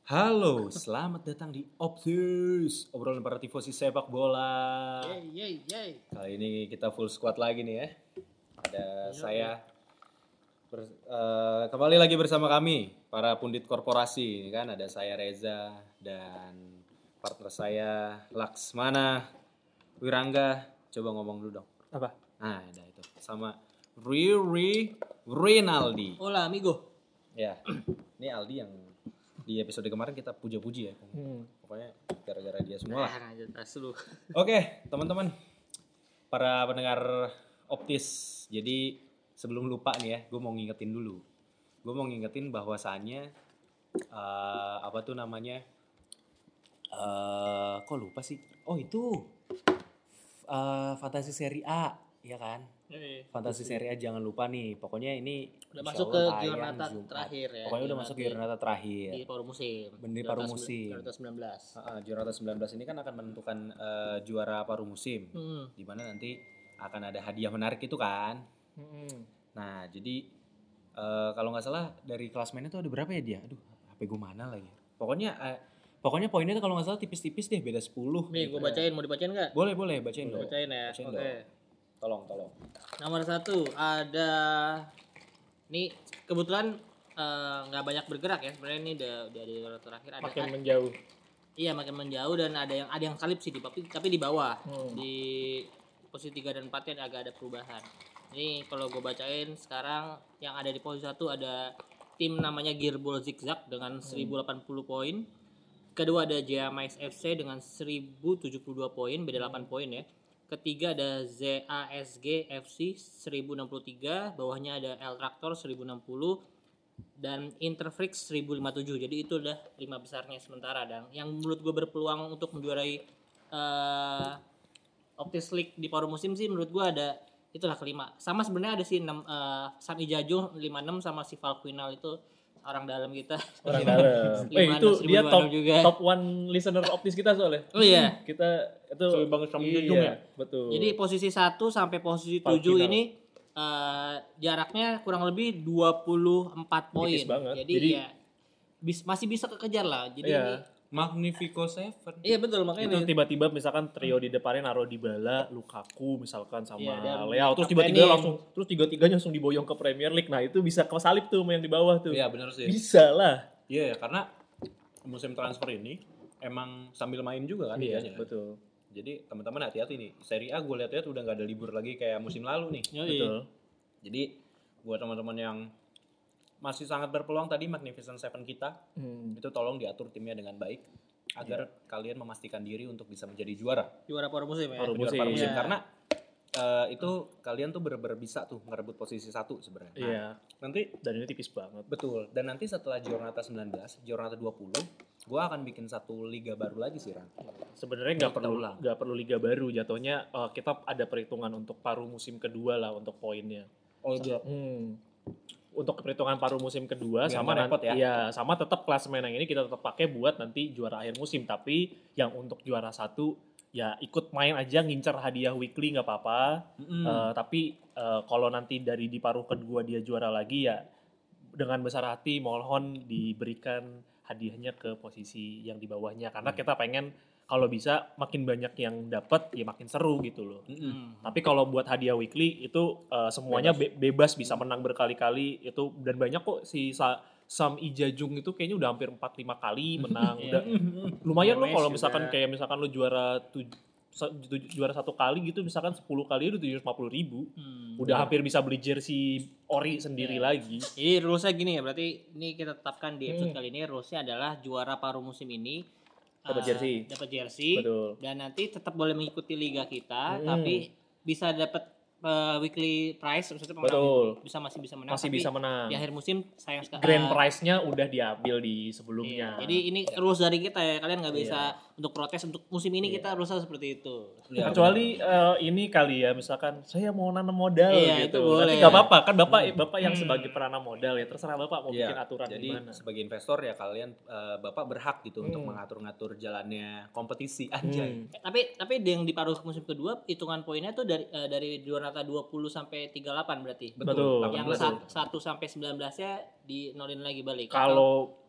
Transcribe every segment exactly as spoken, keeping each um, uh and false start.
Halo, selamat datang di Optis, obrolan para tifosi sepak bola. Yeay, yeay, yeay. Kali ini kita full squad lagi nih ya. Ada Yo, saya, ber- eh, kembali lagi bersama kami, para pundit korporasi. Ini kan ada saya Reza dan partner saya Laksmana Wirangga. Coba ngomong dulu dong. Apa? Nah, ada itu. Sama Riri Rinaldi. Hola amigo. Ya, ini Aldi yang di episode kemarin kita puja-puji ya. Hmm. Pokoknya gara-gara dia semua lah. Nah, jelas dulu. Oke, teman-teman. Para pendengar Optis. Jadi sebelum lupa nih ya, gue mau ngingetin dulu. Gue mau ngingetin bahwasannya uh, apa tuh namanya? Uh, kok lupa sih? Oh itu uh, Fantasi Serie A, ya kan? Yeay. Fantasi Serie A jangan lupa nih. Pokoknya ini Udah insya masuk ke Allah tayang giornata Jumat. terakhir ya. Pokoknya udah masuk ke giornata terakhir. Di paruh musim. Bener, di paruh musim. Giornata sembilan belas. Uh, Giornata sembilan belas ini kan akan menentukan uh, juara paruh musim. Hmm. Di mana nanti akan ada hadiah menarik itu kan. Hmm. Nah, jadi uh, kalau nggak salah dari klasmennya tuh ada berapa ya dia? Aduh, H P gue mana lagi? Pokoknya uh, pokoknya poinnya tuh kalau nggak salah tipis-tipis deh, beda sepuluh. Nih, gitu. gue bacain, mau dibacain nggak? Boleh, boleh, bacain dong. Bacain ya. Bacain Oke. dong. Tolong, tolong. Nomor satu ada, nih kebetulan eh, nggak banyak bergerak ya. Sebenarnya ini udah udah di giornata terakhir. Ada Makin menjauh. Iya, makin menjauh dan ada yang ada yang salib sih di tapi tapi di bawah. Hmm. Di posisi tiga dan empat nya agak ada perubahan. Ini kalau gue bacain sekarang yang ada di posisi satu ada tim namanya Gearball Zigzag dengan seribu delapan puluh poin. Kedua ada Jamais F C dengan seribu tujuh puluh dua poin, beda delapan poin ya. Ketiga ada Z A S G F C seribu enam puluh tiga, bawahnya ada El Traktor seribu enam puluh dan Interfrix seribu lima puluh tujuh. Jadi itu udah lima besarnya sementara, dan yang menurut gue berpeluang untuk menjuarai uh, Optis League di paruh musim sih menurut gue ada itulah kelima. Sama sebenarnya ada si enam uh, Sam Ijajo lima puluh enam sama si Valquinal itu orang dalam kita. Orang dalam. Eh itu dia top juga. top one listener Optis kita soalnya. Oh iya. Kita itu Sering banget sama iya, Jujung ya? Betul. Jadi posisi satu sampai posisi Final. tujuh ini uh, jaraknya kurang lebih dua puluh empat poin. Tipis banget. Jadi, Jadi- ya bis, masih bisa kekejar lah. Jadi Iya. ini Magnifico Seven. iya betul, makanya itu ini. tiba-tiba misalkan trio di depannya naruh Dybala, Lukaku misalkan sama Iya, dan Leao, terus kaptenin. tiba-tiba langsung terus tiga-tiganya langsung diboyong ke Premier League. Nah, itu bisa kesalip tuh sama yang di bawah tuh. Iya, benar sih. Bisa lah. Iya, ya, karena musim transfer ini emang sambil main juga kan Iya, dianya. betul. Jadi teman-teman hati-hati nih. Serie A gue lihat-lihat udah nggak ada libur lagi kayak musim lalu nih. Yoi. Betul. Jadi buat teman-teman yang masih sangat berpeluang tadi Magnificent Seven kita, Hmm. itu tolong diatur timnya dengan baik agar kalian memastikan diri untuk bisa menjadi juara. Juara paruh musim ya. Paruh Juara musim. paruh musim Iya. karena eh, itu kalian tuh bener-bener bisa tuh ngerebut posisi satu sebenarnya. Nah, Iya. nanti Dan ini tipis banget. betul. Dan nanti setelah Giornata sembilan belas, Giornata dua puluh, gue akan bikin satu liga baru lagi sih, Ran. Sebenarnya nggak Kita perlu ulang. nggak perlu liga baru, jatuhnya eh, kita ada perhitungan untuk paruh musim kedua lah untuk poinnya. Oh iya. Hmm. Untuk perhitungan paruh musim kedua Biar sama nggak nanti repot ya. ya sama tetap klasemen yang ini kita tetap pakai buat nanti juara akhir musim, tapi yang untuk juara satu ya ikut main aja ngincer hadiah weekly nggak apa-apa. Mm-mm. Eh, tapi eh, kalau nanti dari di paruh kedua dia juara lagi ya dengan besar hati mohon diberikan hadiahnya ke posisi yang di bawahnya karena kita pengen kalau bisa makin banyak yang dapat ya makin seru gitu loh. Mm-mm. Hmm. Tapi kalau buat hadiah weekly itu uh, semuanya bebas. Be- bebas bisa menang berkali-kali itu dan banyak kok si Sa- Sam Ijajung itu kayaknya udah hampir empat lima kali menang. Udah lumayan loh kalau misalkan kayak misalkan lu juara tuj- sa- tuj- juara satu kali gitu misalkan sepuluh kali itu tujuh ratus lima puluh ribu. Hmm. Udah hampir bisa beli jersey ori sendiri Iya. lagi. Jadi rulesnya gini ya, berarti ini kita tetapkan di episode Hmm. kali ini rulesnya adalah juara paruh musim ini Dapat eh, jersey. dapat jersey, Betul. dan nanti tetap boleh mengikuti liga kita, Hmm. tapi bisa dapat eh, weekly prize, maksudnya pemenang Betul. bisa masih bisa menang, Masih tapi bisa menang. di akhir musim sayang sekali. Grand eh, prize-nya udah diambil Iya, di sebelumnya. jadi ini rules dari kita ya, kalian nggak Iya. bisa untuk protes untuk musim ini kita rulesnya seperti itu. Ya, Kecuali eh, ini kali ya misalkan saya mau nanam modal Iya, gitu. itu boleh. Tapi nggak apa-apa kan bapak bapak yang sebagai penanam modal ya terserah bapak mau Iya, bikin aturan jadi gimana. sebagai investor ya kalian eh, bapak berhak gitu untuk Hmm. mengatur-ngatur jalannya kompetisi anjay. Hmm. Tapi tapi yang di paruh musim kedua hitungan poinnya tuh dari eh, dari Giornata dua puluh sampai tiga puluh delapan berarti. Betul. delapan Yang belas. sa- satu sampai sembilan belas-nya dinolin lagi balik. Kalau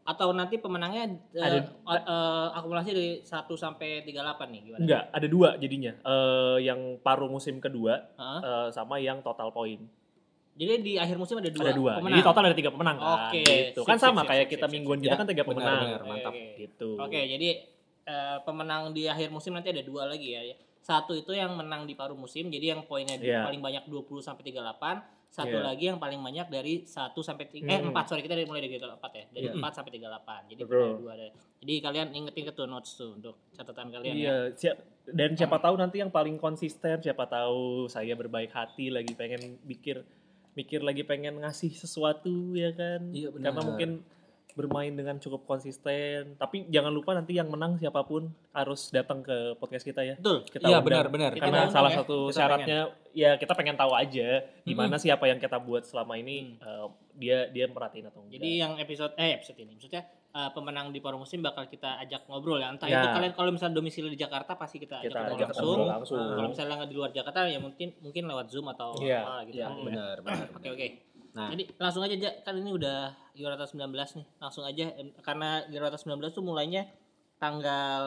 Atau nanti pemenangnya uh, Ada uh, uh, akumulasi dari satu sampai tiga puluh delapan nih gimana? enggak, ada dua jadinya. Eh yang paruh musim kedua Heeh. eh, sama yang total poin. Jadi di akhir musim ada dua. Ada dua. pemenang. Jadi total ada tiga pemenang kan. Oke, Gitu. sip, Kan sip, sama sip, kayak sip, kita sip, mingguan sip. kita Ya, kan tiga benar, pemenang. benar, mantap. Oke. Gitu. Oke, jadi uh, pemenang di akhir musim nanti ada dua lagi ya. Satu itu yang menang di paruh musim, jadi yang poinnya di- Iya. paling banyak dua puluh sampai tiga puluh delapan. Satu Iya. lagi yang paling banyak dari satu sampai tiga, eh Hmm. empat, sorry kita dari mulai dari tiga puluh empat ya. Dari Iya. empat sampai tiga puluh delapan. Jadi Betul. ada dua ada. Jadi kalian inget-inget tuh notes tuh untuk catatan kalian ya. Iya, siap. Dan siapa tahu nanti yang paling konsisten, siapa tahu saya berbaik hati lagi pengen mikir mikir lagi pengen ngasih sesuatu ya kan. Iya, benar. Karena mungkin bermain dengan cukup konsisten. Tapi jangan lupa nanti yang menang siapapun harus datang ke podcast kita ya. Betul. Kita Iya, undang. benar-benar. Kita Karena undang salah ya. satu Kita syaratnya ya kita pengen tahu aja gimana Mm-mm. sih apa yang kita buat selama ini eh, dia dia merhatiin atau enggak. Jadi yang episode eh episode ini maksudnya uh, pemenang di paruh musim bakal kita ajak ngobrol ya. Entah Ya. itu kalian kalau misalnya domisili di Jakarta pasti kita ajak kita ngobrol ajak langsung. ngobrol langsung. Uh, kalau misalnya nggak di luar Jakarta ya mungkin mungkin lewat Zoom atau Iya. apa gitu. Iya, kan. benar, benar. Oke oke. Nah, Jadi langsung aja Ja, kan ini udah Giorata sembilan belas nih. Langsung aja em, karena Giorata sembilan belas tuh mulainya tanggal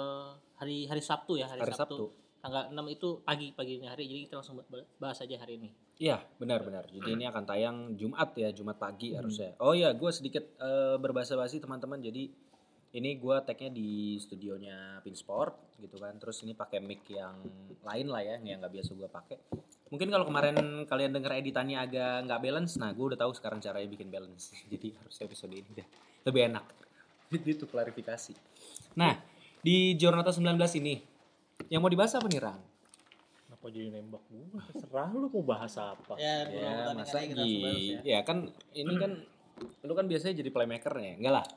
hari hari Sabtu ya, hari, Hari Sabtu. Sabtu. Tanggal enam itu pagi pagi hari. Jadi kita langsung ba- bahas aja hari ini. iya, benar-benar. Jadi ini akan tayang Jumat ya, Jumat pagi harusnya. Oh iya, gue sedikit eh, berbahasa-basi teman-teman. Jadi ini gue tag-nya di studionya Pinsport gitu kan. Terus ini pakai mic yang lain lah ya, yang nggak biasa gue pakai. Mungkin kalau kemarin kalian denger editannya agak nggak balance, nah gue udah tahu sekarang caranya bikin balance. Jadi harus episode ini deh lebih enak. Itu klarifikasi. Nah, di Giornata sembilan belas ini yang mau dibahas apa nih, Rang? Kenapa jadi nembak gue? Terserah lu mau bahas apa. Ya, Ya, masa gitu. Ya kan ini kan lu kan biasanya jadi playmaker ya. Enggak lah.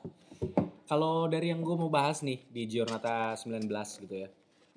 Kalau dari yang gue mau bahas nih di Giornata sembilan belas gitu ya.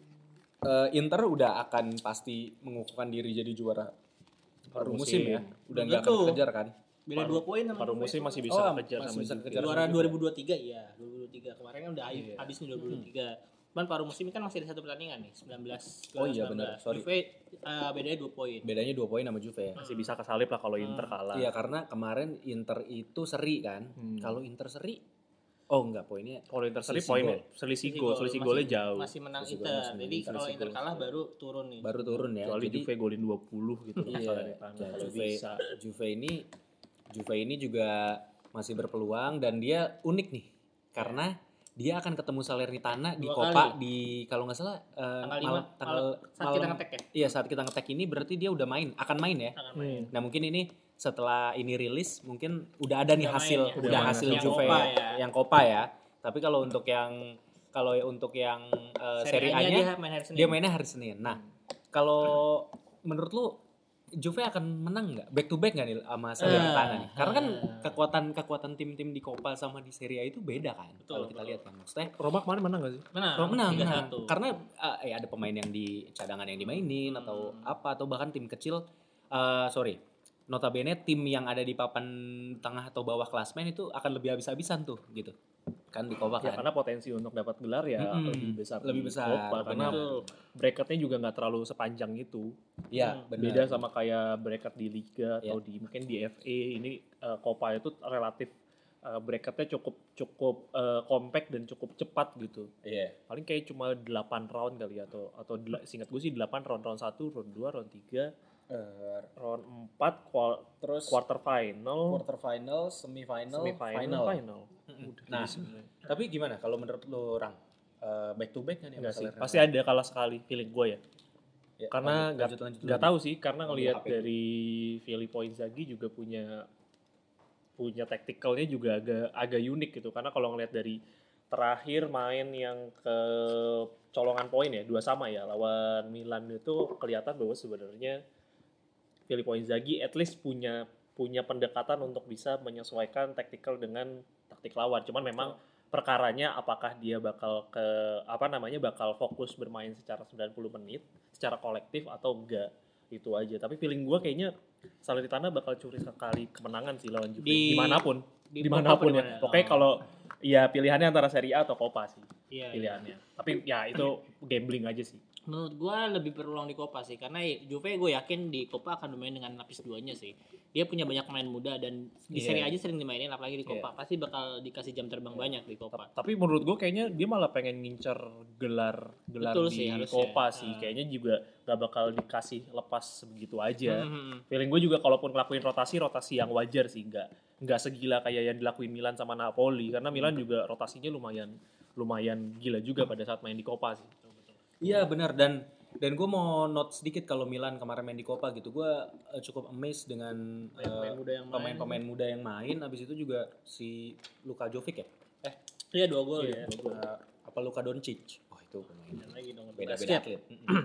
Eh, Inter udah akan pasti mengukuhkan diri jadi juara paruh musim ya. Udah nggak akan Betul. kejar kan. Beda Paruh- dua poin sama Paruh Juve. musim masih Oh, bisa kejar masih sama bisa Juve. kejar. Juara juga. dua ribu dua puluh tiga iya, dua ribu dua puluh tiga. Kemarin kan udah Iya. habis nih dua ribu dua puluh tiga. Cuman paruh musim kan masih ada satu pertandingan nih, sembilan belas. Oh iya, benar. Sorry. Juve uh, bedanya dua poin. Bedanya dua poin sama Juve ya. Masih bisa kesalip lah kalau Inter kalah. Iya, karena kemarin Inter itu seri kan. Hmm. Kalau Inter seri oh enggak, poinnya Kalau Inter seri Selisih poinnya gol. selisih Selisih gol, gol, selisih masih- golnya jauh. Masih menang Selisih gol Inter. masih Jadi menang. kalau Selisih Inter gol kalah masih baru turun nih. baru turun ya. Kecuali Jadi Juve golin dua puluh gitu. Iya, Salernitana. dan Kalau Juve, bisa. Juve ini Juve ini juga masih berpeluang dan dia unik nih karena dia akan ketemu Salernitana di Dua Copa kali. di kalau nggak salah eh, Tanggal lima, malam tanggal saat kita ngetek ya. iya saat kita ngetek ini berarti dia udah main akan main ya. Akan main. Hmm. Nah mungkin ini setelah ini rilis mungkin udah ada nih Udah hasil main ya. udah Udah main hasil hasil Juve Copa ya. yang Copa ya. Tapi kalau untuk yang kalau untuk yang eh, Seri Serie A-nya A-nya dia main hari Senin. dia mainnya hari Senin. Nah, kalau menurut lu Juve akan menang nggak back to back nggak nih sama Salernitana nih? Karena kan Ah. kekuatan kekuatan tim-tim di Copa sama di Serie A itu beda kan. Betul, Kalau kita betul. lihat kan maksudnya Roma kemarin menang gak sih? Menang. oh, menang, tiga menang. satu. Karena eh, ya ada pemain yang di cadangan yang dimainin atau Hmm. apa atau bahkan tim kecil eh, sorry notabene tim yang ada di papan tengah atau bawah klasmen itu akan lebih habis-habisan tuh gitu kan di Copa Ya kan. karena potensi untuk dapat gelar ya Mm-mm. lebih besar. Lebih di besar, Copa, karena betul. bracketnya juga nggak terlalu sepanjang itu. Iya, Hmm. benar. Beda sama kayak bracket di Liga atau Ya. di mungkin di F A ini eh, Copa itu relatif eh, bracketnya cukup cukup eh, compact dan cukup cepat gitu. Iya. Paling kayak cuma delapan round kali ya atau atau del- singkat gue sih delapan round round satu, round dua, round tiga, Eh, round empat, kual- terus quarter final, quarter final, semifinal, semifinal, final. final. Mm-mm. Udah Nah, jadi sebenarnya. tapi gimana kalau menurut lu Rang? Eh, back to back kan ya? Enggak sih, Salernitana? pasti ada kalah sekali feeling gue ya. Ya, Karena lanjut, nggak lanjut, lanjut nggak dulu. tahu sih, karena Ambil ngelihat H P. dari Filippo Inzaghi juga punya punya tacticalnya juga agak agak unik gitu. Karena kalau ngelihat dari terakhir main yang ke colongan poin ya dua sama ya lawan Milan itu kelihatan bahwa sebenarnya Filippo Inzaghi at least punya punya pendekatan untuk bisa menyesuaikan tactical dengan taktik lawan. Cuman memang perkaranya apakah dia bakal ke apa namanya bakal fokus bermain secara sembilan puluh menit secara kolektif atau enggak itu aja. Tapi feeling gue kayaknya Salernitana bakal curi sekali kemenangan sih lawan Juve Di- dimanapun di dimanapun Copa ya. dimana? Pokoknya Oh. kalau ya pilihannya antara Serie A atau Copa sih Iya, iya. pilihannya. Tapi ya itu gambling aja sih. Menurut gua lebih berulang di Copa sih, karena Juve gue yakin di Copa akan bermain dengan lapis duanya sih. Dia punya banyak pemain muda dan di Iya. Serie A aja sering dimainin, apalagi di Iya. Copa pasti bakal dikasih jam terbang banyak di Copa. Tapi menurut gue kayaknya dia malah pengen ngincer gelar gelar Betul di sih, harusnya. Copa sih. Ah. Kayaknya juga gak bakal dikasih lepas begitu aja. Hmm. Feeling gue juga kalaupun ngelakuin rotasi, rotasi yang wajar sih, nggak nggak segila kayak yang dilakuin Milan sama Napoli. Karena Milan juga rotasinya lumayan lumayan gila juga pada saat main di Copa sih. Iya benar, dan dan gue mau note sedikit kalau Milan kemarin main di Copa gitu, gue uh, cukup amazed dengan Pemain-pemain uh, muda yang main. pemain-pemain muda yang main. Abis itu juga si Luka Jovic ya, eh Iya dua gol Iya, ya. uh, apa Luka Doncic, oh itu pemain Dan lagi dong beda-beda basket. atlet.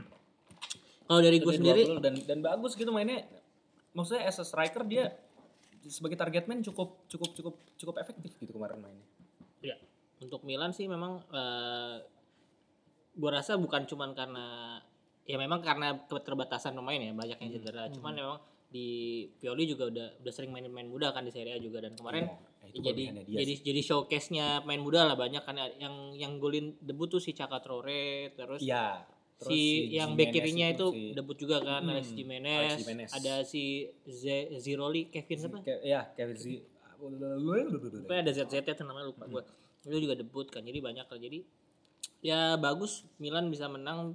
Kalau dari gue Dia sendiri, dua gol dan dan bagus gitu mainnya. Maksudnya as a striker dia sebagai target man cukup cukup cukup cukup efektif gitu kemarin mainnya. ya untuk Milan sih memang uh, gue rasa bukan cuman karena ya memang karena keterbatasan pemain ya, banyak yang cedera. Hmm. Cuman memang di Pioli juga udah udah sering main-main muda kan di Serie A juga, dan kemarin Iya, itu jadi kelebihannya dia jadi sih. jadi showcase-nya pemain muda lah, banyak kan yang yang golin debut tuh si Chaka Traore, terus Iya. Terus si, yang back kirinya itu, si- debut juga kan, Hmm, Alex Jimenez, Alex Jimenez. ada si Z, Ziroli, Kevin siapa? Ke- ya Kevin Z. Pokoknya ada Z Z itu namanya, lupa gue. Itu juga debut kan, jadi banyak lah. Jadi ya bagus Milan bisa menang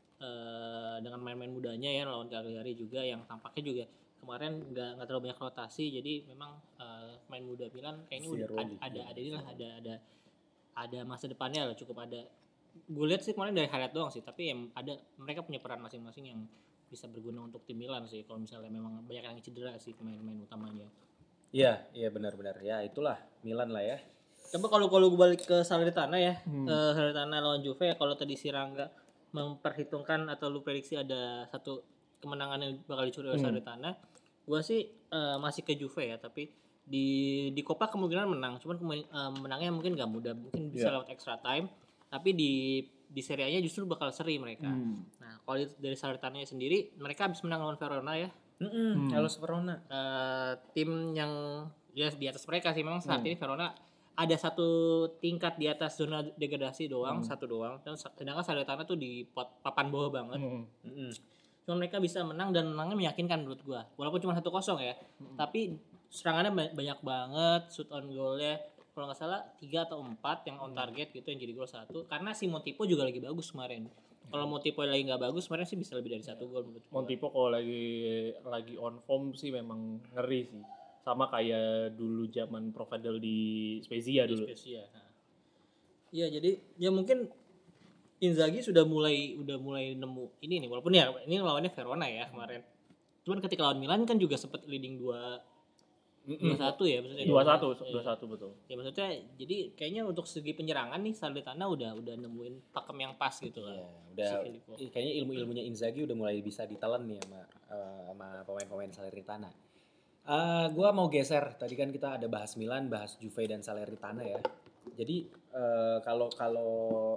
uh, dengan main-main mudanya ya, lawan Cagliari juga yang tampaknya juga kemarin nggak nggak terlalu banyak rotasi. Jadi memang uh, main muda Milan kayaknya udah Ziroli, ada ada, ya, ada inilah ada ada ada masa depannya lah, cukup ada. Gue lihat sih kemarin dari highlight doang sih, tapi yang ada mereka punya peran masing-masing yang bisa berguna untuk tim Milan sih. Kalau misalnya memang banyak yang cedera sih pemain-pemain utamanya. Iya, iya benar-benar. Ya itulah Milan lah ya. Coba kalau kalau gue balik ke Salernitana ya, hmm. uh, Salernitana lawan Juve, kalau tadi si Rangga memperhitungkan atau lu prediksi ada satu kemenangan yang bakal dicuri oleh hmm. Salernitana, gue sih uh, masih ke Juve ya, tapi di di Copa kemungkinan menang, cuman uh, menangnya mungkin gak mudah, mungkin bisa yeah. lewat extra time, tapi di di Serie A-nya justru bakal seri mereka. Hmm. Nah, kalau dari Salernitana sendiri, mereka habis menang lawan Verona ya. Hmm. Hellas Verona. Uh, tim yang ya di atas mereka sih memang saat hmm. ini Verona ada satu tingkat di atas zona degradasi doang, hmm. satu doang. Dan sedangkan Salernitana tuh di pot, papan bawah banget. Hmm. Hmm. Cuma mereka bisa menang dan menangnya meyakinkan menurut gua. Walaupun cuma satu kosong ya, hmm. tapi serangannya banyak banget, shoot on goal-nya kalau nggak salah tiga atau empat yang on target gitu, yang jadi gol satu. Karena si Motipo juga lagi bagus kemarin. Kalau Motipo lagi nggak bagus, kemarin sih bisa lebih dari satu gol menurut gua. Motipo kalau lagi lagi on form sih memang ngeri sih. Sama kayak dulu zaman Provedel di Spezia dulu. Di Spezia. Nah. Iya, jadi ya mungkin Inzaghi sudah mulai udah mulai nemu ini nih, walaupun ya ini lawannya Verona ya kemarin. Cuman ketika lawan Milan kan juga sempat leading dua dua satu ya maksudnya. dua satu dua satu betul. Ya maksudnya jadi kayaknya untuk segi penyerangan nih Salernitana udah udah nemuin pakem yang pas gitu lah. Ya, udah si kayaknya ilmu-ilmunya Inzaghi udah mulai bisa ditelan nih sama uh, sama pemain-pemain Salernitana. Uh, gua mau geser, tadi kan kita ada bahas Milan, bahas Juve dan Salernitana ya. Jadi uh, kalau kalau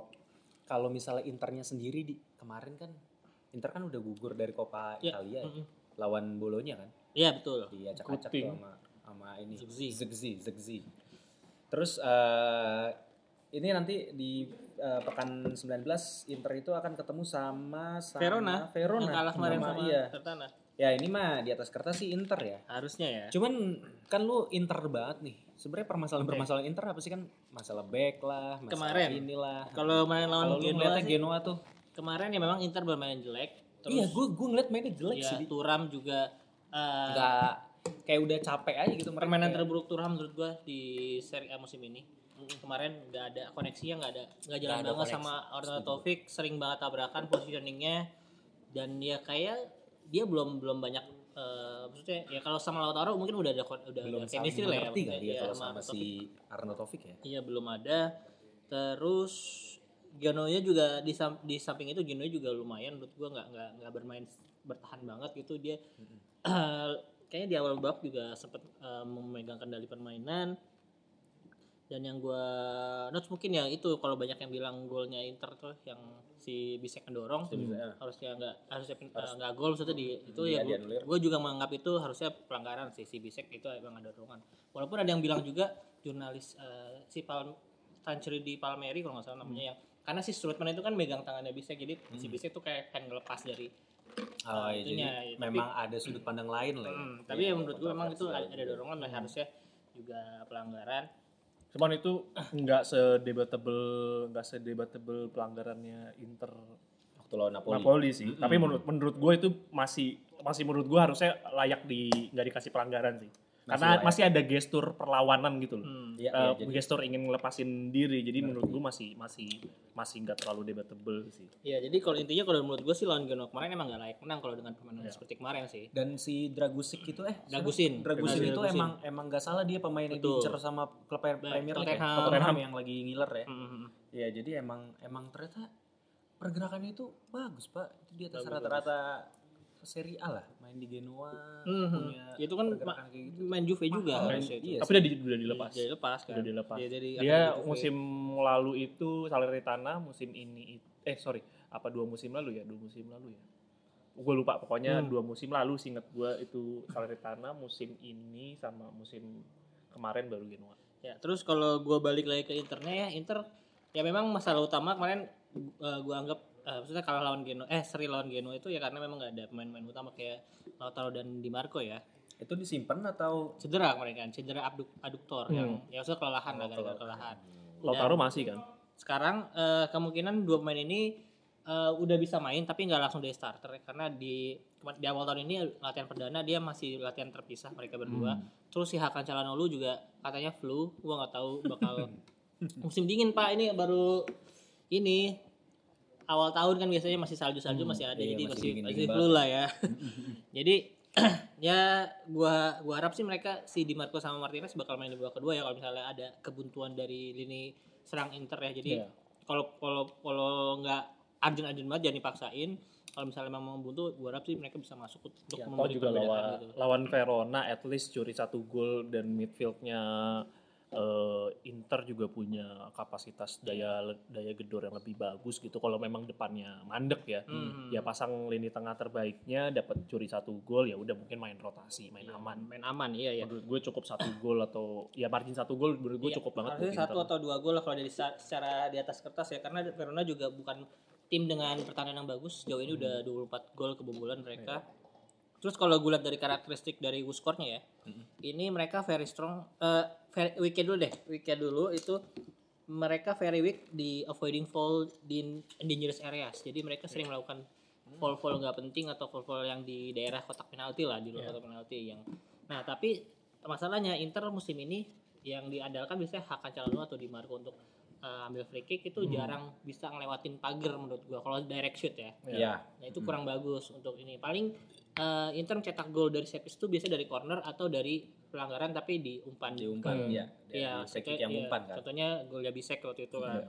kalau misalnya Internya sendiri di kemarin kan Inter kan udah gugur dari Coppa ya. Italia ya, Mm-hmm. lawan Bologna kan? Iya betul. Iya, acak-acak tuh sama sama ini Zegzi. Zegzi, Zegzi. Terus uh, ini nanti di uh, pekan sembilan belas Inter itu akan ketemu sama sama Verona. Verona. Yang kalah kemarin sama, sama iya. Salernitana. Ya ini mah di atas kertas sih Inter ya. Harusnya ya. Cuman kan lu Inter banget nih. Sebenarnya permasalahan-permasalahan Inter apa sih, kan masalah back lah, masalah kemarin inilah. Kalau main lawan Genoa, Genoa tuh. Kemarin ya memang Inter bermain jelek. Terus iya, gue gue ngeliat mainnya jelek ya, sih. Thuram juga uh, nggak kayak udah capek aja gitu. Permainan terburuk Thuram menurut gue di Serie A musim ini. Kemarin nggak ada koneksinya, nggak ada nggak jalan gak banget sama Arnautovic, sering banget tabrakan positioningnya, dan ya kayak dia belum belum banyak uh, maksudnya ya kalau sama Lautaro mungkin udah ada udah belum ada chemistry lah ya, ya, ya kalau sama, sama si Arnautovic ya. Iya belum ada. Terus Genoa juga di, di samping itu Genoa juga lumayan menurut gua, nggak nggak nggak bermain bertahan banget gitu dia. Mm-hmm. uh, kayaknya di awal babak juga sempat uh, memegang kendali permainan. Dan yang gue notes mungkin ya itu, kalau banyak yang bilang golnya Inter tuh yang si Bisek ngedorong, hmm. harusnya nggak harusnya nggak uh, gol maksudnya di itu ya gue juga menganggap itu harusnya pelanggaran sih, si Bisek itu emang ada dorongan. Walaupun ada yang bilang juga jurnalis uh, si Pal Tancredi Palmieri kalau nggak salah namanya, hmm. yang karena si Strootman itu kan megang tangannya Bisek, jadi Hmm. si Bisek tuh kayak kan ngelepas dari Oh, iya, itunya, jadi ya, memang tapi, ada sudut pandang lain lah ya. hmm, tapi ya menurut gue memang itu ada, kontroversial ada juga. dorongan lah, harusnya juga pelanggaran. Cuman itu nggak sedebatable nggak sedebatable pelanggarannya Inter Waktu lawan Napoli. Napoli sih. Mm-mm. Tapi menurut menurut gue itu masih masih menurut gue harusnya layak di nggak dikasih pelanggaran sih. Masih Karena layak. masih ada gestur perlawanan gitu loh. Hmm. Iya, Eh, iya, jadi gestur ingin ngelepasin diri. Jadi menurut gue masih masih masih nggak terlalu debatable sih. Ya jadi kalau intinya kalau menurut gue sih lawan Genoa kemarin emang gak layak menang kalau dengan permainan Ya. seperti kemarin sih. dan si Dragusik itu eh Dragusin. Dragusin itu Dragusin. emang emang gak salah dia pemain yang Betul. diincer sama klub Premier League ya? Tottenham. Tottenham yang lagi ngiler ya. Hmm. Ya jadi emang emang ternyata pergerakannya itu bagus pak, itu di atas Bagus, rata-rata Serie A lah, main di Genoa Mhm. punya Itu kan pergerakan ma- kayak gitu. main Juve juga Mahal. harusnya itu. Iya Tapi sih. udah, di, udah dilepas. Jadi lepas kan. Udah dilepas. Dia, dari Dia akademi Juve. musim lalu itu Salernitana, musim ini eh sorry apa dua musim lalu ya dua musim lalu ya. Gue lupa pokoknya Hmm. dua musim lalu sih inget gue itu Salernitana, musim ini sama musim kemarin baru Genoa. Ya, terus kalau gue balik lagi ke Internya ya, Inter ya memang masalah utama kemarin uh, gue anggap uh, maksudnya kalah lawan Genoa, eh seri lawan Genoa itu ya karena memang gak ada pemain-pemain utama kayak Lautaro dan Di Marco ya. Itu disimpan atau Cedera kemarin kan, cedera abduk, aduktor Hmm. yang ya maksudnya kelelahan lah, gara-gara kelelahan. Lautaro Dan masih kan? sekarang uh, kemungkinan dua pemain ini uh, udah bisa main tapi nggak langsung dari starter ya, karena di di awal tahun ini latihan perdana dia masih latihan terpisah mereka berdua. Terus si Hakan Calhanoglu juga katanya flu, gua nggak tahu bakal musim dingin pak, ini baru ini awal tahun kan biasanya masih salju-salju Hmm, masih ada, iya, jadi masih masih dingin-dingin masih banget flu ya. lah ya. Jadi ya gua gua harap sih mereka si Di Marco sama Martinez bakal main di babak kedua ya kalau misalnya ada kebuntuan dari lini serang Inter ya. Jadi Iya. kalau kalau kalau nggak urgent-urgent banget jangan dipaksain. Kalau misalnya memang buntu, gua harap sih mereka bisa masuk untuk Ya, toh memberi juga perbedaan lawan gitu. lawan Verona at least curi satu gol dan midfieldnya eh, Inter juga punya kapasitas daya daya gedor yang lebih bagus gitu. Kalau memang depannya mandek ya, Hmm. ya pasang lini tengah terbaiknya dapat curi satu gol ya udah mungkin main rotasi, main aman. Main aman, iya ya. Menurut gue cukup satu gol atau ya margin satu gol menurut gue Iya, cukup banget. harusnya buat satu Inter. atau dua gol lah kalau dari sa- secara di atas kertas ya, karena Verona juga bukan tim dengan pertahanan yang bagus. Sejauh ini udah dua puluh empat gol kebobolan mereka. Terus kalau gue lihat dari karakteristik dari score-nya ya, ini mereka very strong. eh very, weekend dulu deh, weekend dulu itu mereka very weak di avoiding foul di dangerous areas. Jadi mereka sering melakukan foul-foul nggak penting atau foul-foul yang di daerah kotak penalti lah, di luar kotak penalti yang. Nah tapi masalahnya Inter musim ini yang diandalkan biasanya Hakan Calhanoglu atau Di Marco untuk uh, ambil free kick itu jarang bisa ngelewatin pagar menurut gua kalau direct shoot ya. Iya. Nah itu kurang bagus untuk ini. Paling uh, Inter mencetak gol dari set piece itu biasanya dari corner atau dari pelanggaran tapi di umpan. Diumpan Hmm. ya. Iya, Dari free kick contoh- yang iya, umpan kan. Contohnya golnya Bisek waktu itu kan.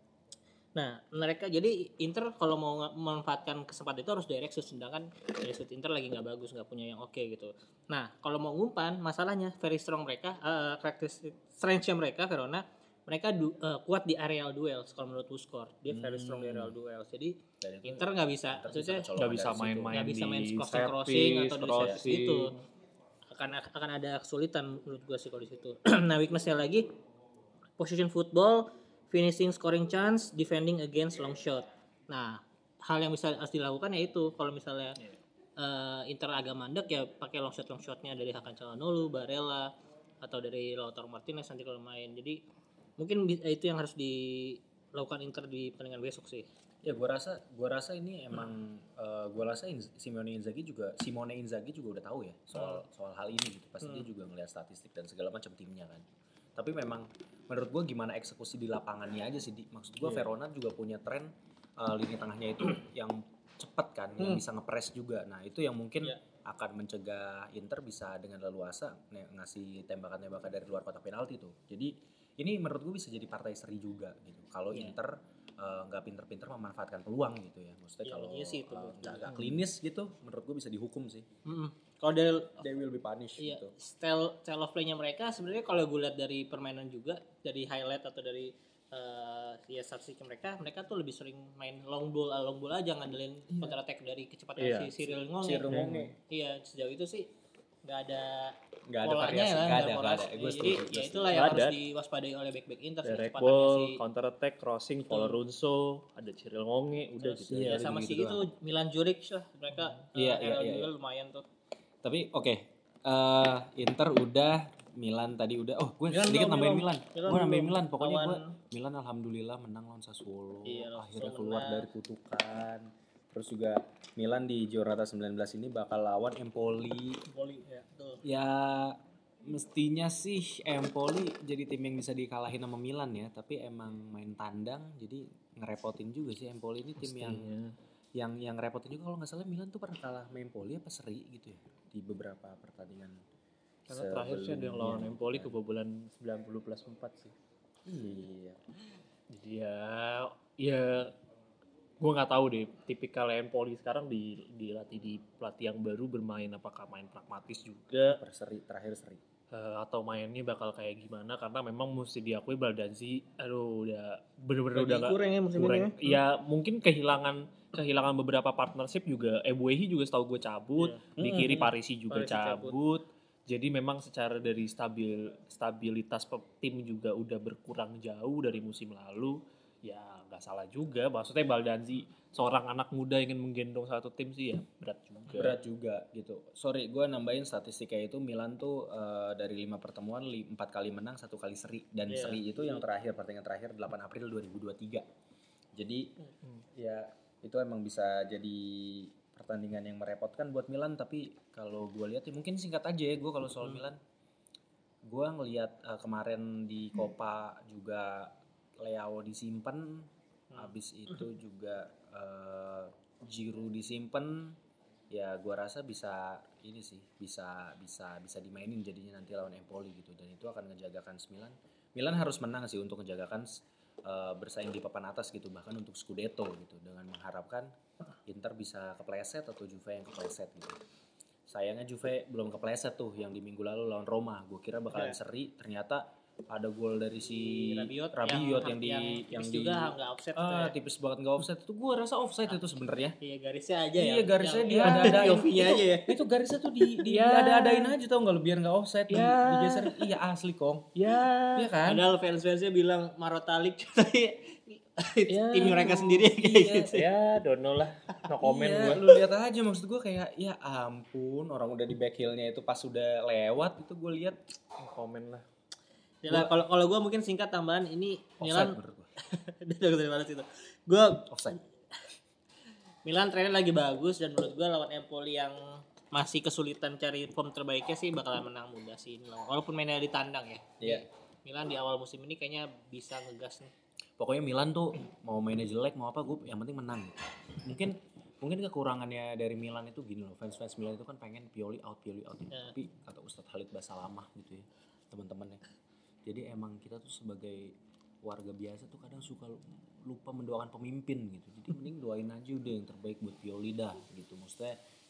Nah, mereka jadi Inter kalau mau nge- memanfaatkan kesempatan itu harus direct shoot, sedangkan direct shoot Inter lagi nggak bagus, nggak punya yang oke gitu. Nah, kalau mau ngumpan, masalahnya very strong mereka, uh, karakteristik strength-nya mereka Verona, mereka du- uh, kuat di aerial duels kalau menurut Wuskor. Dia very strong di aerial duels. Jadi Dan itu Inter nggak bisa, Inter bisa maksudnya kecolongan Nggak bisa dari situ. main-main nggak bisa main di crossing set crossing piece, atau di set piece crossing. itu. Akan akan ada kesulitan menurut gue sih kalau di situ. Nah, weakness-nya lagi position football, finishing scoring chance, defending against long shot. Nah, hal yang bisa harus dilakukan yaitu kalau misalnya eh, Inter agak mandek ya pakai long shot long shotnya dari Hakan Calhanoglu, Barella atau dari Lautaro Martinez nanti kalau main. Jadi mungkin bi- itu yang harus dilakukan Inter di pertandingan besok sih. Ya gua rasa gua rasa ini emang eh, gua rasa Inz- Simone Inzaghi juga Simone Inzaghi juga udah tahu ya soal soal hal ini gitu. Pasti dia juga ngelihat statistik dan segala macam timnya kan. Tapi memang menurut gua gimana eksekusi di lapangannya aja sih. Di, maksud gua Verona juga punya tren eh, lini tengahnya itu yang cepat kan, yang bisa ngepres juga. Nah, itu yang mungkin Iya. akan mencegah Inter bisa dengan leluasa ng- ngasih tembakan-tembakan dari luar kotak penalti tuh. Jadi ini menurut gue bisa jadi partai seri juga gitu. Kalau Iya. Inter eh, nggak pinter-pinter memanfaatkan peluang gitu ya. Maksudnya Iya, kalau iya sih itu. eh, nggak nggak klinis gitu, menurut gue bisa dihukum sih. Mm-mm. Kalau dari They will be punished Iya, gitu. style style of play-nya mereka sebenarnya kalau gue lihat dari permainan juga, dari highlight atau dari eh ya statistik mereka, mereka tuh lebih sering main long ball, ah, long ball aja ngandelin counter attack dari kecepatan Iya, si Cyril Ngonge. Cyril Ngonge. Iya, sejauh itu sih nggak ada Nggak ada polanya variasi, ya, nggak ada, nggak polanya. ada. Gue Jadi setuju, ya gue itulah setuju. yang Nggak harus ada. diwaspadai oleh back-back Inter sih, Direct kecepatannya ball, si counter attack, crossing, follow Runso, ada Cyril Ngonge, udah terus gitu. Iya, ya udah sama si gitu-gitu itu Milan Juric lah mereka Iya, eh, iya, era iya, juga iya. lumayan tuh. Tapi oke, eh, Inter udah, Milan tadi udah. Oh, gue Milan sedikit belum, nambahin Milan. Milan. Milan Gue nambahin belum. Milan. Pokoknya gue Lawan- Milan alhamdulillah menang lawan Sassuolo. Iya, lawan Akhirnya Sassuolo keluar menang. dari kutukan. Terus juga Milan di Giornata sembilan belas ini bakal lawan Empoli. Poli ya betul. Ya mestinya sih Empoli jadi tim yang bisa dikalahin sama Milan ya, tapi emang main tandang jadi ngerepotin juga sih. Empoli ini tim yang Mestinya. yang yang repotin juga. Kalau nggak salah Milan tuh pernah kalah sama Empoli apa seri gitu ya di beberapa pertandingan. Karena terakhir sih ada yang lawan sebelumnya. Empoli kebobolan sembilan puluh plus empat sih. Iya. Jadi ya ya gue nggak tahu deh tipikal Empoli sekarang di dilatih di pelatih yang baru bermain apakah main pragmatis juga Per seri terakhir seri. eh, atau mainnya bakal kayak gimana, karena memang mesti diakui Baldanzi aduh udah bener-bener Lagi udah nggak kurang ya musim kurang. ini ya. Ya mungkin kehilangan kehilangan beberapa partnership juga. Ebuehi juga setahu gue cabut, Iya. di kiri Parisi juga Parisi cabut. cabut. Jadi memang secara dari stabil stabilitas pe- tim juga udah berkurang jauh dari musim lalu. Ya nggak salah juga, maksudnya Baldanzi seorang anak muda ingin menggendong satu tim sih ya berat juga. Berat juga gitu. Sorry, gue nambahin statistiknya itu Milan tuh eh, dari lima pertemuan li- empat kali menang, satu kali seri, dan Iya. seri itu yang terakhir pertandingan terakhir delapan April dua ribu dua puluh tiga. Jadi ya itu emang bisa jadi pertandingan yang merepotkan buat Milan, tapi kalau gue lihat ya mungkin singkat aja ya gue kalau soal Milan. Gue ngelihat eh, kemarin di Copa juga Leao disimpan, habis itu juga eh, Giroud disimpan. Ya gue rasa bisa ini sih, bisa bisa bisa dimainin jadinya nanti lawan Empoli gitu, dan itu akan ngejaga kans Milan. Milan harus menang sih untuk ngejaga kans eh, bersaing di papan atas gitu, bahkan untuk Scudetto gitu, dengan mengharapkan Inter bisa kepleset atau Juve yang kepleset gitu. Sayangnya Juve belum kepleset tuh yang di minggu lalu lawan Roma. Gue kira bakalan Iya. seri, ternyata ada gol dari si Rabiot, Rabiot yang, di yang, yang tipis di juga nggak offset tuh ah, ya. tipis banget nggak offset. Itu gue rasa offside itu sebenarnya. Iya garisnya aja ya. Iya garisnya yang- dia yang ada adain P O V-nya aja ya. Itu garisnya tuh di, di Ya. ada adain aja tau nggak lu, biar nggak offside, di, Ya. digeser. Iya asli Kong. Ya. Iya kan? Padahal fans-fansnya bilang Marotalik tapi Ya. tim mereka sendiri kayak Iya. gitu. Ya, dono lah. No comment Iya, gue. lu lihat aja, maksud gue kayak ya ampun, orang udah di back heel-nya itu pas udah lewat itu gue lihat No comment lah. Ya lah, kalau kalau gue mungkin singkat tambahan ini offside Milan menurut gue. udah dari mana situ. Gue Offside. Milan trennya lagi bagus dan menurut gue lawan Empoli yang masih kesulitan cari form terbaiknya sih bakalan menang mudah sih ini lawan. Walaupun mainnya di tandang ya. Iya. Milan di awal musim ini kayaknya bisa ngegas nih. Pokoknya Milan tuh mau mainnya jelek mau apa, gue yang penting menang. Mungkin mungkin kekurangannya dari Milan itu gini loh, fans-fans Milan itu kan pengen Pioli out, Pioli out. Ya. Tapi kata Ustadz Khalid Basalamah gitu ya, teman-temannya. Jadi emang kita tuh sebagai warga biasa tuh kadang suka lupa mendoakan pemimpin gitu. Jadi mending doain aja udah yang terbaik buat Pioli dah gitu. Maksudnya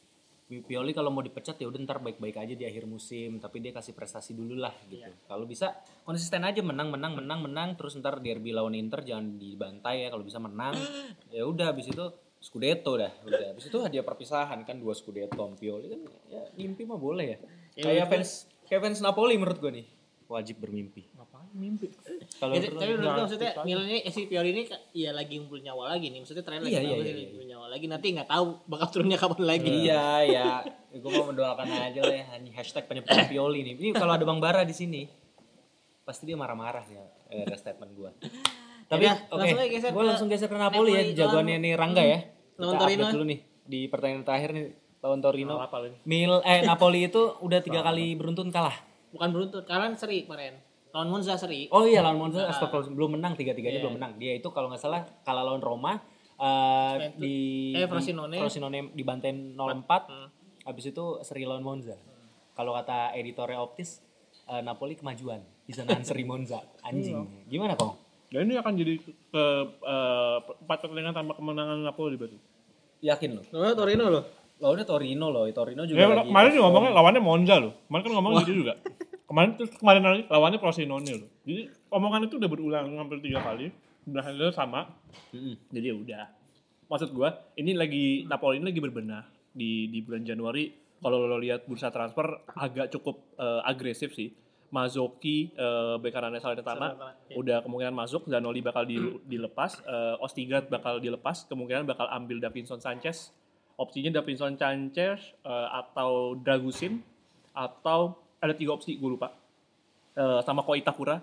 Pioli kalau mau dipecat ya udah ntar baik-baik aja di akhir musim, tapi dia kasih prestasi dulu lah gitu. Iya. Kalau bisa konsisten aja, menang menang menang menang terus ntar derby lawan Inter jangan dibantai ya, kalau bisa menang. Ya udah habis itu Scudetto dah. Udah habis itu hadiah perpisahan kan, dua Scudetto sama Pioli kan ya, mimpi mah boleh ya. Ya, Kayak menurut fans kayak fans Napoli menurut gue nih. Wajib bermimpi. Ngapain mimpi? Kalau Ya, terus- tapi menurut gue jangan maksudnya aktif aja. Milan ini eh, si Pioli ini ka- ya lagi ngumpul nyawa lagi nih. Maksudnya tren lagi Iya, bagus, iya, lagi iya, iya. ngumpul nyawa lagi. Nanti nggak tahu bakal turunnya kapan lagi. Iya ya, gue mau mendoakan aja lah ya, hanya hashtag penyebut Pioli nih. Ini kalau ada Bang Bara di sini, pasti dia marah-marah ya eh, ada statement gue. Tapi Yaudah, oke, langsung aja geser gue ke langsung geser ke Napoli ya, Napoli jagoannya lawan- nih Rangga ya. lawan Kita Torino. update dulu nih di pertandingan terakhir nih lawan Torino. Kalah paling. Mil eh Napoli itu udah tiga kali beruntun kalah. Bukan beruntun, kalian seri kemarin. Lawan Monza seri. Oh iya lawan Monza, astagfirullah, belum menang tiga-tiganya Iya. belum menang. Dia itu kalau nggak salah kalah lawan Roma eh, Juventus. di Eh, Frosinone. di- Frosinone dibantain nol empat. Hmm. Habis itu seri lawan Monza. Kalau kata editornya Optis, eh, Napoli kemajuan bisa nahan seri Monza. Anjing. Gimana Kong? Dan ini akan jadi ke eh, empat pertandingan tanpa kemenangan Napoli berarti. Yakin lo? Lawan Torino loh. Lawannya Torino loh. Torino juga Ya, lagi. kemarin juga ngomongnya lawannya Monza loh. Kemarin kan ngomong gitu juga. Kemarin terus kemarin lagi lawannya Frosinone loh. Jadi omongan itu udah berulang hampir tiga kali. Udah hasil sama. Mm-mm. Jadi ya udah. Maksud gua, ini lagi Napoli ini lagi berbenah di di bulan Januari. kalau lo lihat bursa transfer agak cukup uh, agresif sih. Mazzocchi, uh, bek kanannya Salernitana udah kemungkinan masuk, Zanoli bakal di, dilepas, uh, Ostigard bakal dilepas, kemungkinan bakal ambil Davinson Sanchez. Opsinya Davinson Sanchez uh, atau Dragusin, atau ada tiga opsi gue lupa. Uh, sama Ko Itakura.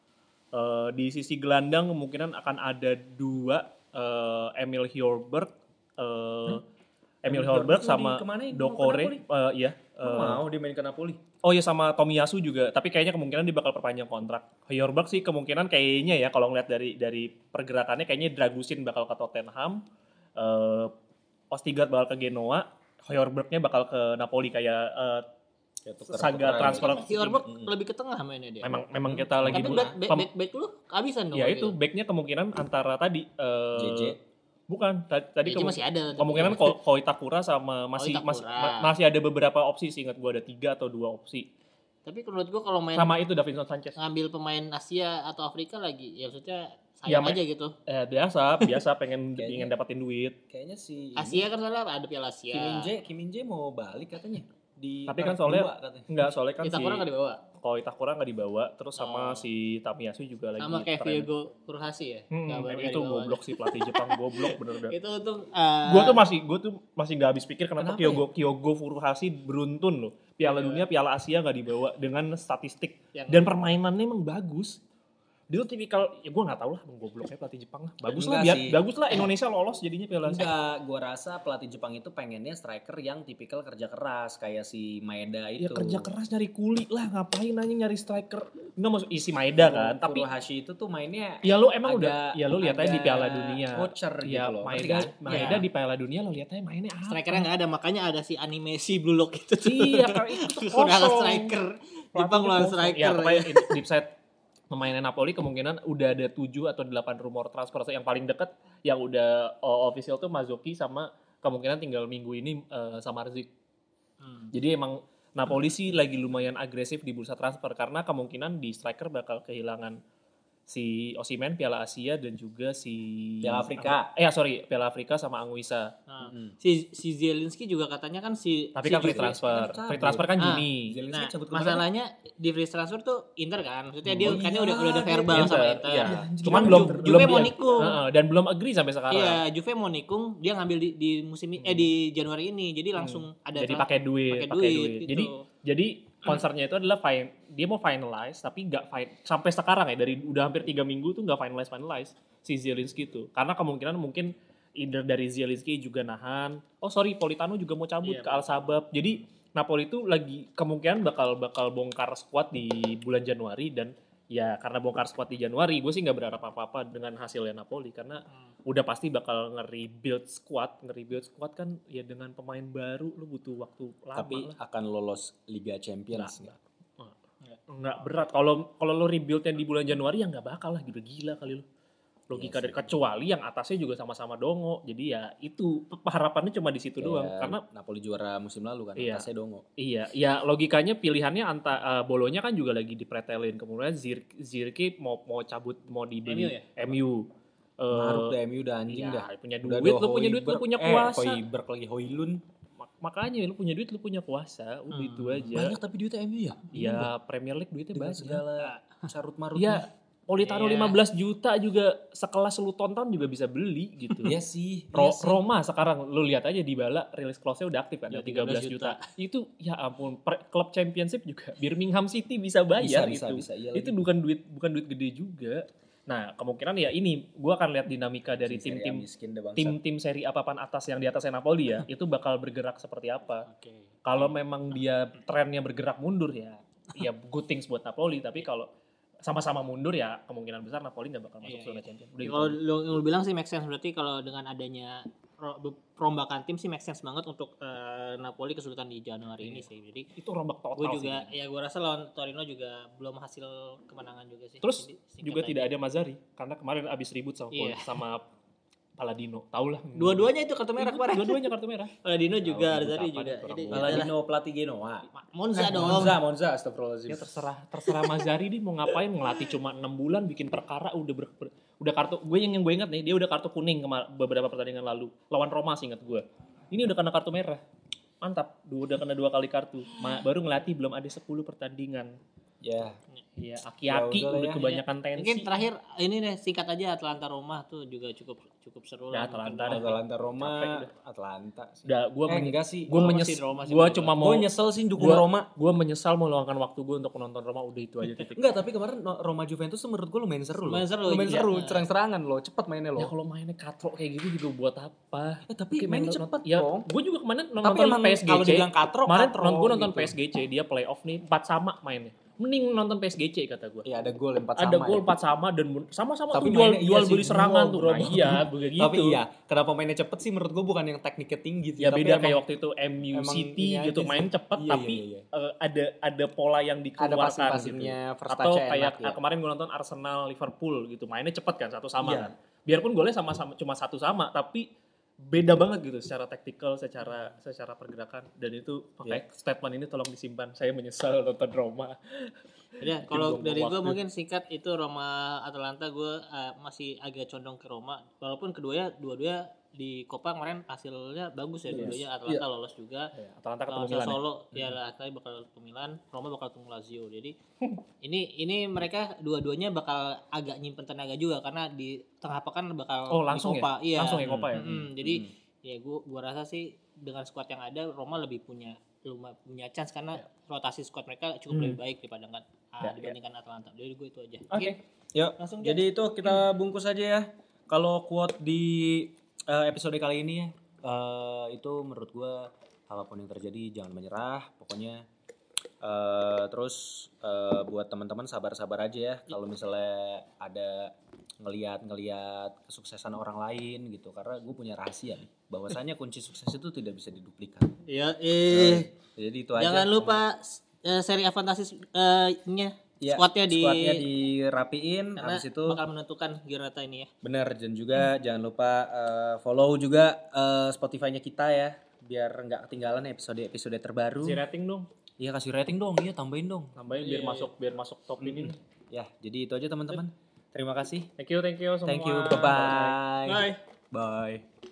Uh, di sisi gelandang kemungkinan akan ada dua, uh, Emil Hjorberg, uh, hmm? Emil Hjorberg sama Dokore, uh, iya. Uh, mau dia main ke Napoli. Oh iya sama Tomiyasu juga, tapi kayaknya kemungkinan dia bakal perpanjang kontrak. Hjorberg sih kemungkinan kayaknya ya kalau ngeliat dari dari pergerakannya kayaknya Dragusin bakal ke Tottenham, uh, Ostigard bakal ke Genoa, Hjorbergnya bakal ke Napoli kayak uh, saga transfer. Hjorberg hmm. lebih ke tengah mainnya dia. Memang memang kita lagi tapi back, back, back, back lu kehabisan dong. Ya itu backnya kemungkinan antara tadi uh, J J. Bukan, tadi kemu- masih ada. Kemungkinan Ko Itakura sama masih masih masih ada beberapa opsi sih, ingat gue ada tiga atau dua opsi. Tapi menurut gue kalau main sama itu Davinson Sanchez ngambil pemain Asia atau Afrika lagi, ya maksudnya sayang ya, aja gitu. Eh, biasa, biasa pengen pengen dapetin duit. Kayaknya sih. Asia kan soalnya ada Piala Asia. Kim Min-jae, Kim Min-jae mau balik katanya. Di tapi kan soalnya enggak soalnya kan Itakura si nggak dibawa. Kalau Itakura nggak dibawa, terus sama oh. si Tomiyasu juga lagi. Sama kayak Viego Furuhashi ya. Hmm, itu goblok sih pelatih Jepang, goblok bener dah. Itu tuh. Uh, gue tuh masih gue tuh masih nggak habis pikir kenapa, kenapa Kyogo ya? Kyogo Furuhashi beruntun loh. Piala yeah. Dunia, Piala Asia nggak dibawa dengan statistik yang dan permainannya emang bagus. Dia tuh tipikal, ya gue gak tau lah gobloknya pelatih Jepang lah. Bagus lah, biar, bagus lah Indonesia lolos jadinya Piala Asia. Enggak, gue rasa pelatih Jepang itu pengennya striker yang tipikal kerja keras kayak si Maeda itu. Ya kerja keras nyari kuli lah, ngapain nanya nyari striker. Enggak maksud isi Maeda kan, oh, tapi Furuhashi itu tuh mainnya ya lo emang udah, ya lo lihat aja di Piala Dunia. Voucher ya, gitu loh. Maeda, Maeda ya. Di Piala Dunia lo lihat aja mainnya apa. Strikernya gak ada, makanya ada si animasi Blue Lock itu tuh. Iya, kalau itu tuh kosong. Striker. Jepang lawan striker. Ya pokoknya deep set pemainnya Napoli kemungkinan udah ada tujuh atau delapan rumor transfer. Yang paling dekat yang udah uh, official tuh Mazzocchi sama kemungkinan tinggal minggu ini uh, Samardzic. Hmm. Jadi emang Napoli sih lagi lumayan agresif di bursa transfer karena kemungkinan di striker bakal kehilangan si Osimhen Piala Asia dan juga si Piala Afrika. Eh sorry, Piala Afrika sama Anguissa. Nah, hmm. Si si Zielinski juga katanya kan si tapi si kan free transfer. Free transfer kan ah, Juni. Nah, masalahnya di free transfer tuh Inter kan. Maksudnya dia oh, kan iya, udah udah ada verbal Inter, sama Inter. Iya. Cuman belum Ju- belum Juve mau nikung. Uh, dan belum agree sampai sekarang. Iya, Juve mau nikung, dia ngambil di, di musim hmm. eh di Januari ini. Jadi langsung hmm. ada jadi pakai duit, pakai duit. duit. Gitu. Jadi jadi concernnya itu adalah fine, dia mau finalize tapi nggak fine sampai sekarang ya dari udah hampir tiga minggu tuh nggak finalize finalize si Zielinski itu karena kemungkinan mungkin either dari Zielinski juga nahan oh sorry Politano juga mau cabut iya, ke Al Sabab jadi Napoli itu lagi kemungkinan bakal bakal bongkar squad di bulan Januari dan ya karena bongkar squad di Januari gue sih nggak berharap apa-apa dengan hasilnya Napoli karena hmm. udah pasti bakal nge-rebuild squad nge-rebuild squad kan ya dengan pemain baru lu butuh waktu lama tapi lah. Akan lolos Liga Champions nggak? Nggak berat kalau kalau lo rebuildnya di bulan Januari ya nggak bakal lah gila-gila kali lo logika yes, dari kecuali yang atasnya juga sama-sama dongo jadi ya itu harapannya cuma di situ doang karena Napoli juara musim lalu kan iya, atasnya dongo iya ya logikanya pilihannya anta uh, Bolonya kan juga lagi dipretelin kemudian Zir- Zirki mau mau cabut mau dibeli M U, ya? M U. Uh, Maruk dah M U udah anjing iya, dah punya duit lu punya duit lu punya kuasa eh, Hoiberg lagi Hoylund makanya lu punya duit lu punya kuasa udah hmm. itu aja banyak tapi duitnya M U ya iya Premier League duitnya dengan banyak segala carut marut ya Politano yeah. lima belas juta juga sekelas lu tonton juga bisa beli gitu. Iya sih. Ro- iya sih. Roma sekarang lu lihat aja Dybala rilis clause-nya udah aktif kan ya, tiga belas juta. Itu ya ampun per, klub championship juga Birmingham City bisa bayar bisa, itu. Bisa, bisa, iya itu lagi. bukan duit bukan duit gede juga. Nah, kemungkinan ya ini gua akan lihat dinamika dari tim-tim tim-tim seri A papan atas yang di atasnya Napoli ya, itu bakal bergerak seperti apa. Okay. Kalau memang dia trennya bergerak mundur ya, ya good things buat Napoli, tapi kalau sama-sama mundur ya kemungkinan besar Napoli nggak bakal masuk iya, zona iya. champion. Ya, kalau lu, lu bilang sih make sense berarti kalau dengan adanya perombakan tim sih make sense banget untuk uh, Napoli kesulitan di Januari iya. ini sih. Jadi itu rombak total. Gue juga sih. ya gue rasa lawan Torino juga belum hasil kemenangan juga sih. Terus Jadi, juga tidak ada Mazzari karena kemarin abis ribut sama iya. sama Paladino, tau lah. Dua-duanya itu kartu merah kemarin. Dua-duanya kartu merah. Paladino juga, Mazzari juga. Paladino pelatih Genoa. Monza dong. Monza, Monza, astagfirullahaladzim. Ya terserah, terserah Mazzari dia mau ngapain, ngelatih cuma enam bulan, bikin perkara udah ber, ber, udah kartu. Gue yang yang gue ingat nih, dia udah kartu kuning kemar- beberapa pertandingan lalu lawan Roma sih ingat gue. Ini udah kena kartu merah. mantap, udah kena dua kali kartu. Ma, baru ngelatih belum ada sepuluh pertandingan. Ya. Iya, aki-aki Ya udah udah ya. kebanyakan tensi. Mungkin terakhir ini deh singkat aja Atlanta Roma tuh juga cukup cukup seru Ya, lah. Atlanta Mungkin. dah. Atlanta Roma, Capek udah. Atlanta sih. Udah gua eh, men- enggak sih. Gua Roma menyes sih, Roma sih gua menurut cuma Gue mau nyesel sih dukung gua, Roma. Gua menyesal meluangkan waktu gue untuk nonton Roma, udah itu aja titik. Enggak, tapi kemarin no- Roma Juventus tuh menurut gue lumayan seru loh. Lumayan seru, Lumayan iya. seru, Nah. serang-serangan loh, cepet mainnya Ya loh. kalau mainnya katrok kayak gitu juga buat apa? Eh, tapi Oke, mainnya main- cepet ya, dong. gue juga kemarin Tapi nonton emang P S G C. kalau dibilang katrok, kemarin katrok non, gue nonton gitu. P S G C, dia playoff nih empat sama mainnya. Mending nonton P S G C kata gue. Iya, ada gol empat Ada sama. gol ya. empat sama dan mun- sama-sama Tapi tuh jual mainnya iya jual sih, beli serangan wow, tuh Roma. Roma. Iya, begitu. Tapi iya, kenapa mainnya cepet sih menurut gue bukan yang tekniknya tinggi sih. Ya tapi beda emang- kayak waktu itu M U emang City ini gitu aja main sih. cepet Iya, tapi iya, iya. eh, ada ada pola yang dikeluarkan passing-passingnya gitu. first Atau touch-nya kayak enak, ya. ah, kemarin gue nonton Arsenal Liverpool gitu mainnya cepet kan satu sama Iya. kan. Biarpun golnya sama-sama cuma satu sama tapi beda banget gitu secara taktikal, secara secara pergerakan dan itu pakai statement ini tolong disimpan. Saya menyesal nonton Roma. Udah, kalau buang-buang dari gue waktu. mungkin singkat itu Roma Atalanta gue uh, masih agak condong ke Roma. Walaupun keduanya dua-duanya di Copa kemarin hasilnya bagus ya, dua-duanya Atalanta lolos juga. Ya, Atalanta ketemu Kalau Milan. Ya? Solo ya lah, Atalanta bakal ke Milan, Roma bakal ketemu Lazio. Jadi ini ini mereka dua-duanya bakal agak nyimpen tenaga juga karena di tengah pekan bakal Oh, langsung di Copa. ya? Iya. Langsung ya Copa ya? Mm-mm. Jadi ya gue gua rasa sih dengan skuad yang ada Roma lebih punya lumayan punya chance karena rotasi skuad mereka cukup Hmm. lebih baik daripada ah, Ya, dibandingkan Atalanta. Jadi gue itu aja. Oke. Yuk, Langsung jadi itu kita bungkus aja ya. Kalau quote di eh, episode kali ini ya, eh, itu menurut gue apapun yang terjadi jangan menyerah. Pokoknya eh, terus eh, buat teman-teman sabar-sabar aja ya. Kalau misalnya ada ngeliat-ngeliat kesuksesan orang lain gitu, karena gue punya rahasia nih, bahwasanya kunci sukses itu tidak bisa diduplikat. Iya, eh Jadi itu aja. jangan lupa eh, seri Avantasis eh, nya Ya, squadnya di squadnya dirapiin, karena habis itu bakal menentukan Giornata ini ya. bener, dan juga jangan lupa eh, follow juga eh, Spotify-nya kita ya, biar nggak ketinggalan episode-episode terbaru. Kasih rating dong. Iya, kasih rating dong, iya tambahin dong. Tambahin biar masuk biar masuk top ini. Ya, jadi itu aja teman-teman. Terima kasih. Thank you, thank you semua. Thank you. Bye-bye. Bye. Bye.